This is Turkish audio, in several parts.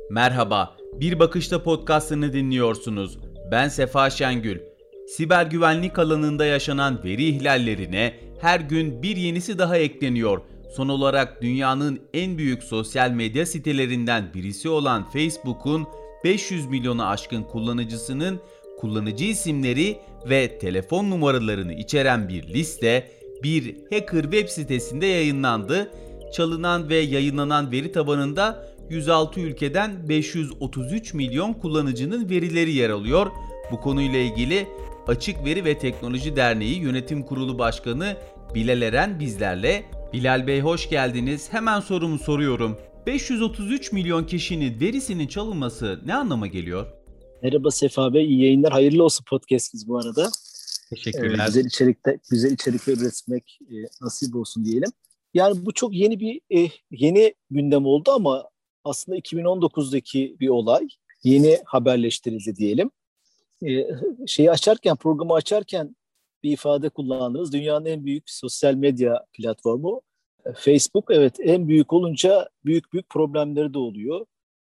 Merhaba, Bir Bakışta podcastını dinliyorsunuz. Ben Sefa Şengül. Siber güvenlik alanında yaşanan veri ihlallerine her gün bir yenisi daha ekleniyor. Son olarak dünyanın en büyük sosyal medya sitelerinden birisi olan Facebook'un 500 milyonu aşkın kullanıcısının kullanıcı isimleri ve telefon numaralarını içeren bir liste bir hacker web sitesinde yayınlandı. Çalınan ve yayınlanan veri tabanında 106 ülkeden 533 milyon kullanıcının verileri yer alıyor. Bu konuyla ilgili Açık Veri ve Teknoloji Derneği Yönetim Kurulu Başkanı Bilal Eren bizlerle. Bilal Bey hoş geldiniz. Hemen sorumu soruyorum. 533 milyon kişinin verisinin çalınması ne anlama geliyor? Merhaba Sefa Bey, iyi yayınlar. Hayırlı olsun podcast'imiz bu arada. Teşekkürler. Güzel içerikler üretmek nasip olsun diyelim. Yani bu çok yeni gündem oldu ama aslında 2019'daki bir olay. Yeni haberleştirildi diyelim. Programı açarken bir ifade kullandınız. Dünyanın en büyük sosyal medya platformu Facebook. Evet, en büyük olunca büyük problemleri de oluyor.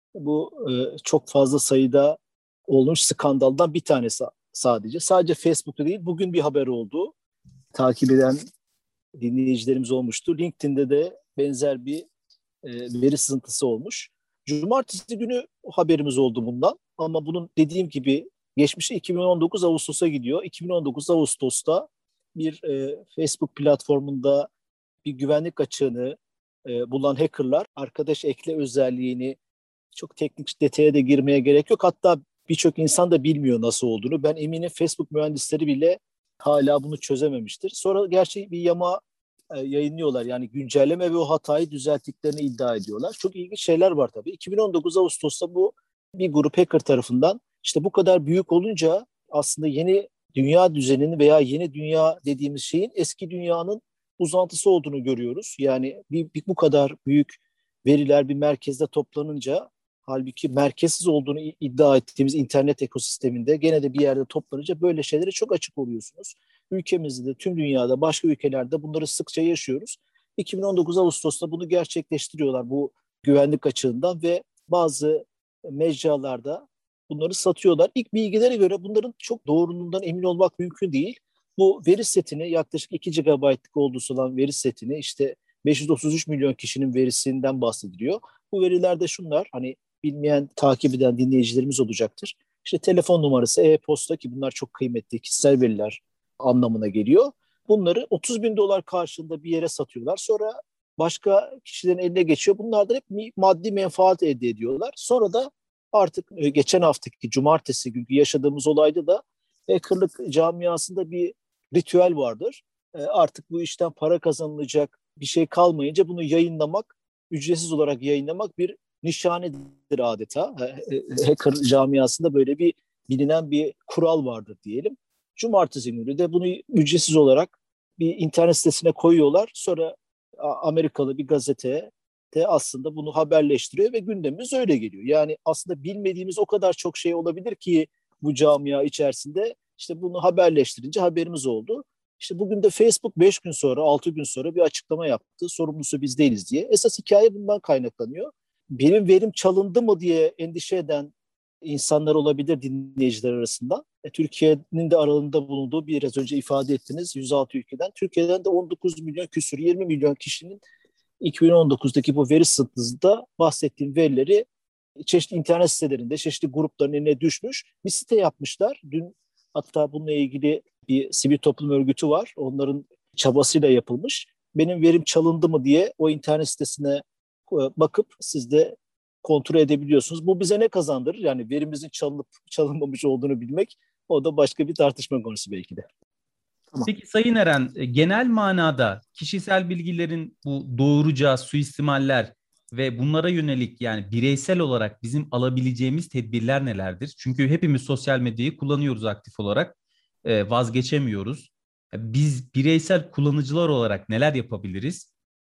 Bu çok fazla sayıda olmuş skandaldan bir tanesi sadece. Sadece Facebook'ta değil, bugün bir haber oldu. Takip eden dinleyicilerimiz olmuştu. LinkedIn'de de benzer bir veri sızıntısı olmuş. Cumartesi günü haberimiz oldu bundan. Ama bunun dediğim gibi geçmişte 2019 Ağustos'a gidiyor. 2019 Ağustos'ta bir Facebook platformunda bir güvenlik açığını bulan hackerlar arkadaş ekle özelliğini, çok teknik detaya da girmeye gerek yok. Hatta birçok insan da bilmiyor nasıl olduğunu. Ben eminim Facebook mühendisleri bile hala bunu çözememiştir. Sonra gerçi bir yama yayınlıyorlar. Yani güncelleme ve o hatayı düzelttiklerini iddia ediyorlar. Çok ilginç şeyler var tabii. 2019 Ağustos'ta bu bir grup hacker tarafından işte bu kadar büyük olunca aslında yeni dünya düzeninin veya yeni dünya dediğimiz şeyin eski dünyanın uzantısı olduğunu görüyoruz. Yani bu kadar büyük veriler bir merkezde toplanınca, halbuki merkezsiz olduğunu iddia ettiğimiz internet ekosisteminde gene de bir yerde toplanınca böyle şeylere çok açık oluyorsunuz. Ülkemizde, tüm dünyada, başka ülkelerde bunları sıkça yaşıyoruz. 2019 Ağustos'ta bunu gerçekleştiriyorlar bu güvenlik açığından ve bazı mecralarda bunları satıyorlar. İlk bilgilere göre bunların çok doğruluğundan emin olmak mümkün değil. Bu veri setini, yaklaşık 2 GB'lık olduğu olan veri setini, işte 533 milyon kişinin verisinden bahsediliyor. Bu verilerde şunlar, hani bilmeyen, takip eden dinleyicilerimiz olacaktır. İşte telefon numarası, e-posta, ki bunlar çok kıymetli kişisel veriler anlamına geliyor. Bunları 30 bin dolar karşılığında bir yere satıyorlar. Sonra başka kişilerin eline geçiyor. Bunlardan hep maddi menfaat elde ediyorlar. Sonra da artık geçen haftaki cumartesi günkü yaşadığımız olayda da hackerlık camiasında bir ritüel vardır. Artık bu işten para kazanılacak bir şey kalmayınca bunu yayınlamak, ücretsiz olarak yayınlamak bir nişanedir adeta. Hacker camiasında böyle bir bilinen bir kural vardır diyelim. Cumartesi günü de bunu ücretsiz olarak bir internet sitesine koyuyorlar. Sonra Amerikalı bir gazete de aslında bunu haberleştiriyor ve gündemimiz öyle geliyor. Yani aslında bilmediğimiz o kadar çok şey olabilir ki bu camia içerisinde, işte bunu haberleştirince haberimiz oldu. İşte bugün de Facebook 5 gün sonra, 6 gün sonra bir açıklama yaptı. Sorumlusu biz değiliz diye. Esas hikaye bundan kaynaklanıyor. Benim verim çalındı mı diye endişe eden insanlar olabilir dinleyiciler arasında. Türkiye'nin de aralarında bulunduğu, biraz önce ifade ettiniz, 106 ülkeden. Türkiye'den de 19 milyon küsur, 20 milyon kişinin 2019'daki bu veri sızıntısında bahsettiğim verileri çeşitli internet sitelerinde, çeşitli grupların eline düşmüş. Bir site yapmışlar. Dün hatta bununla ilgili bir sivil toplum örgütü var. Onların çabasıyla yapılmış. Benim verim çalındı mı diye o internet sitesine bakıp siz de kontrol edebiliyorsunuz. Bu bize ne kazandırır? Yani verimizin çalınıp çalınmamış olduğunu bilmek, o da başka bir tartışma konusu belki de. Tamam. Peki Sayın Eren, genel manada kişisel bilgilerin bu doğuracağı suistimaller ve bunlara yönelik, yani bireysel olarak bizim alabileceğimiz tedbirler nelerdir? Çünkü hepimiz sosyal medyayı kullanıyoruz aktif olarak, vazgeçemiyoruz. Biz bireysel kullanıcılar olarak neler yapabiliriz?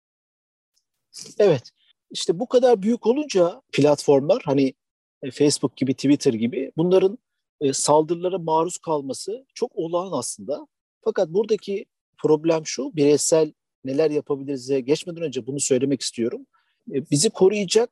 Evet, işte bu kadar büyük olunca platformlar, hani Facebook gibi, Twitter gibi, bunların saldırılara maruz kalması çok olağan aslında. Fakat buradaki problem şu: bireysel neler yapabiliriz'e geçmeden önce bunu söylemek istiyorum. Bizi koruyacak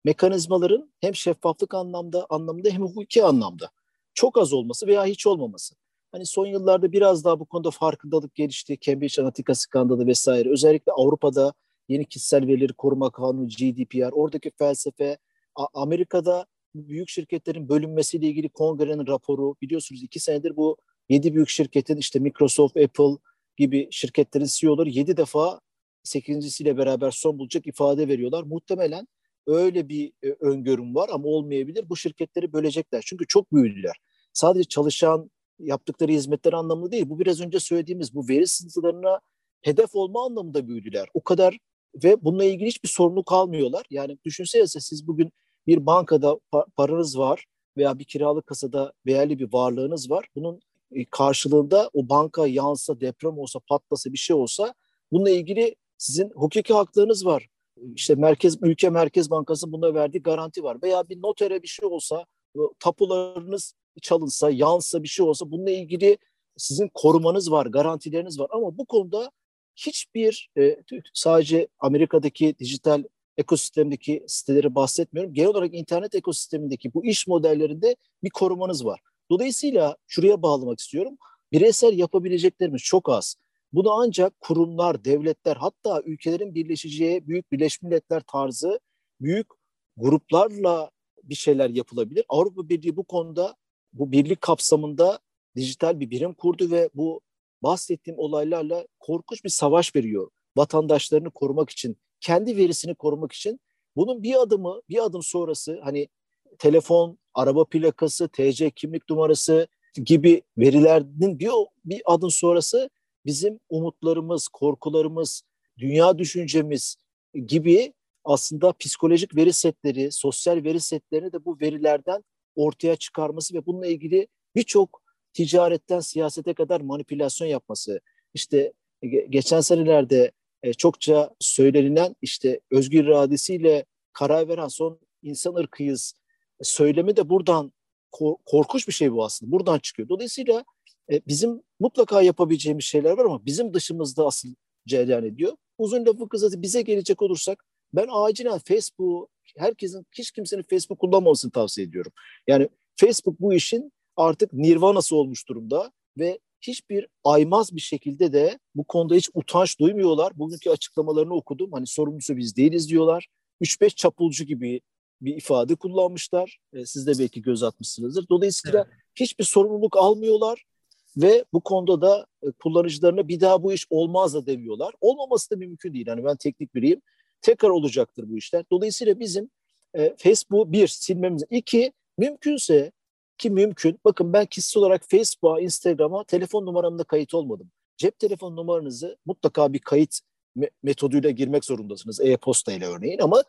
mekanizmaların hem şeffaflık anlamında hem hukuki anlamda çok az olması veya hiç olmaması. Hani son yıllarda biraz daha bu konuda farkındalık gelişti. Cambridge Analytica skandalı vesaire. Özellikle Avrupa'da yeni kişisel verileri koruma kanunu, GDPR, oradaki felsefe, Amerika'da büyük şirketlerin bölünmesiyle ilgili kongrenin raporu, biliyorsunuz 2 senedir bu 7 büyük şirketin, işte Microsoft, Apple gibi şirketlerin CEO'ları 7 defa 8.'siyle beraber son bulacak ifade veriyorlar. Muhtemelen öyle bir öngörüm var ama olmayabilir. Bu şirketleri bölecekler. Çünkü çok büyüdüler. Sadece çalışan, yaptıkları hizmetler anlamında değil. Bu biraz önce söylediğimiz bu veri sızıntılarına hedef olma anlamında büyüdüler. O kadar ve bununla ilgili hiçbir sorumluluk almıyorlar. Yani düşünsenize, siz bugün bir bankada paranız var veya bir kiralık kasada değerli bir varlığınız var. Bunun karşılığında o banka yansa, deprem olsa, patlasa, bir şey olsa bununla ilgili sizin hukuki haklarınız var. İşte ülke Merkez Bankası buna verdiği garanti var. Veya bir notere bir şey olsa, tapularınız çalınsa, yansa, bir şey olsa bununla ilgili sizin korumanız var, garantileriniz var. Ama bu konuda hiçbir sadece Amerika'daki dijital ekosistemdeki siteleri bahsetmiyorum. Genel olarak internet ekosistemindeki bu iş modellerinde bir korumanız var. Dolayısıyla şuraya bağlamak istiyorum. Bireysel yapabileceklerimiz çok az. Bunu ancak kurumlar, devletler, hatta ülkelerin birleşeceği büyük Birleşmiş Milletler tarzı büyük gruplarla bir şeyler yapılabilir. Avrupa Birliği bu konuda, bu birlik kapsamında dijital bir birim kurdu ve bu bahsettiğim olaylarla korkunç bir savaş veriyor. Vatandaşlarını korumak için, kendi verisini korumak için. Bunun bir adım sonrası, hani telefon, araba plakası, TC kimlik numarası gibi verilerin bir adım sonrası bizim umutlarımız, korkularımız, dünya düşüncemiz gibi aslında psikolojik veri setleri, sosyal veri setlerini de bu verilerden ortaya çıkarması ve bununla ilgili birçok ticaretten siyasete kadar manipülasyon yapması. İşte geçen senelerde çokça söylenilen, işte özgür iradesiyle karar veren son insan ırkıyız söylemi de buradan, korkunç bir şey bu aslında. Buradan çıkıyor. Dolayısıyla bizim mutlaka yapabileceğimiz şeyler var ama bizim dışımızda asıl cereyan ediyor. Uzun lafı kısası bize gelecek olursak, ben acilen Facebook, hiç kimsenin Facebook kullanmamasını tavsiye ediyorum. Yani Facebook bu işin artık nirvanası olmuş durumda ve hiçbir aymaz bir şekilde de bu konuda hiç utanç duymuyorlar. Bugünkü açıklamalarını okudum. Hani sorumlusu biz değiliz diyorlar. 3-5 çapulcu gibi bir ifade kullanmışlar. Siz de belki göz atmışsınızdır. Dolayısıyla evet, hiçbir sorumluluk almıyorlar ve bu konuda da kullanıcılarına bir daha bu iş olmaz da demiyorlar. Olmaması da mümkün değil. Yani ben teknik biriyim. Tekrar olacaktır bu işler. Dolayısıyla bizim Facebook'u bir silmemiz, iki mümkünse, ki mümkün. Bakın, ben kişisel olarak Facebook'a, Instagram'a telefon numaramla kayıt olmadım. Cep telefon numaranızı mutlaka bir kayıt metoduyla girmek zorundasınız. E-posta ile örneğin, ama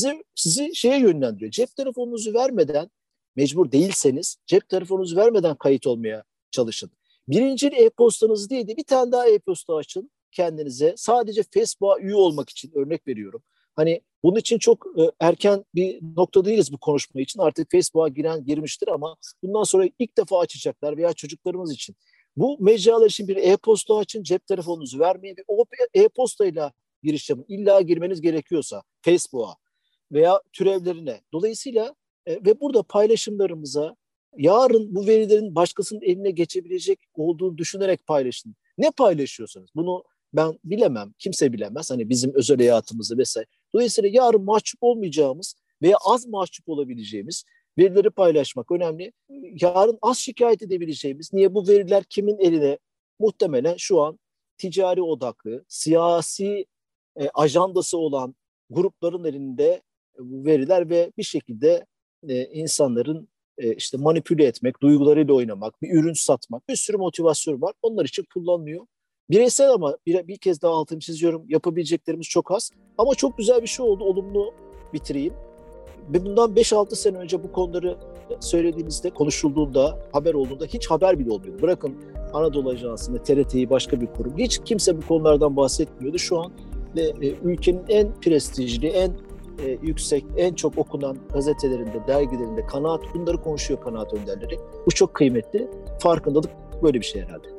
sizi şeye yönlendiriyor. Cep telefonunuzu vermeden, mecbur değilseniz cep telefonunuzu vermeden kayıt olmaya çalışın. Birinci e-postanızı değil de bir tane daha e-posta açın kendinize. Sadece Facebook'a üye olmak için, örnek veriyorum. Hani bunun için çok erken bir nokta değiliz bu konuşma için. Artık Facebook'a girmiştir ama bundan sonra ilk defa açacaklar veya çocuklarımız için. Bu mecralar için bir e-posta açın, cep telefonunuzu vermeyin ve o e-postayla giriş yapın. İlla girmeniz gerekiyorsa Facebook'a veya türevlerine. Dolayısıyla ve burada paylaşımlarımıza yarın bu verilerin başkasının eline geçebilecek olduğunu düşünerek paylaşın. Ne paylaşıyorsanız bunu ben bilemem, kimse bilemez. Hani bizim özel hayatımızı vesaire. Dolayısıyla yarın mahcup olmayacağımız veya az mahcup olabileceğimiz verileri paylaşmak önemli. Yarın az şikayet edebileceğimiz, niye bu veriler kimin eline? Muhtemelen şu an ticari odaklı, siyasi ajandası olan grupların elinde bu veriler ve bir şekilde insanların işte manipüle etmek, duygularıyla oynamak, bir ürün satmak, bir sürü motivasyon var. Onlar için kullanılıyor. Bireysel, ama bir kez daha altını çiziyorum, yapabileceklerimiz çok az. Ama çok güzel bir şey oldu, olumlu bitireyim. Ve bundan 5-6 sene önce bu konuları söylediğimizde, konuşulduğunda, haber olduğunda hiç haber bile olmuyordu. Bırakın Anadolu Ajansı'nı, TRT'yi, başka bir kurum. Hiç kimse bu konulardan bahsetmiyordu. Şu an ülkenin en prestijli, en yüksek, en çok okunan gazetelerinde, dergilerinde bunları konuşuyor kanaat önderleri. Bu çok kıymetli. Farkındalık böyle bir şey herhalde.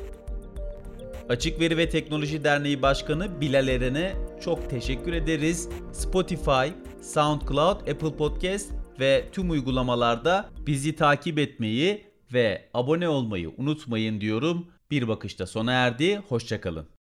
Açık Veri ve Teknoloji Derneği Başkanı Bilal Eren'e çok teşekkür ederiz. Spotify, SoundCloud, Apple Podcast ve tüm uygulamalarda bizi takip etmeyi ve abone olmayı unutmayın diyorum. Bir bakışta sona erdi. Hoşça kalın.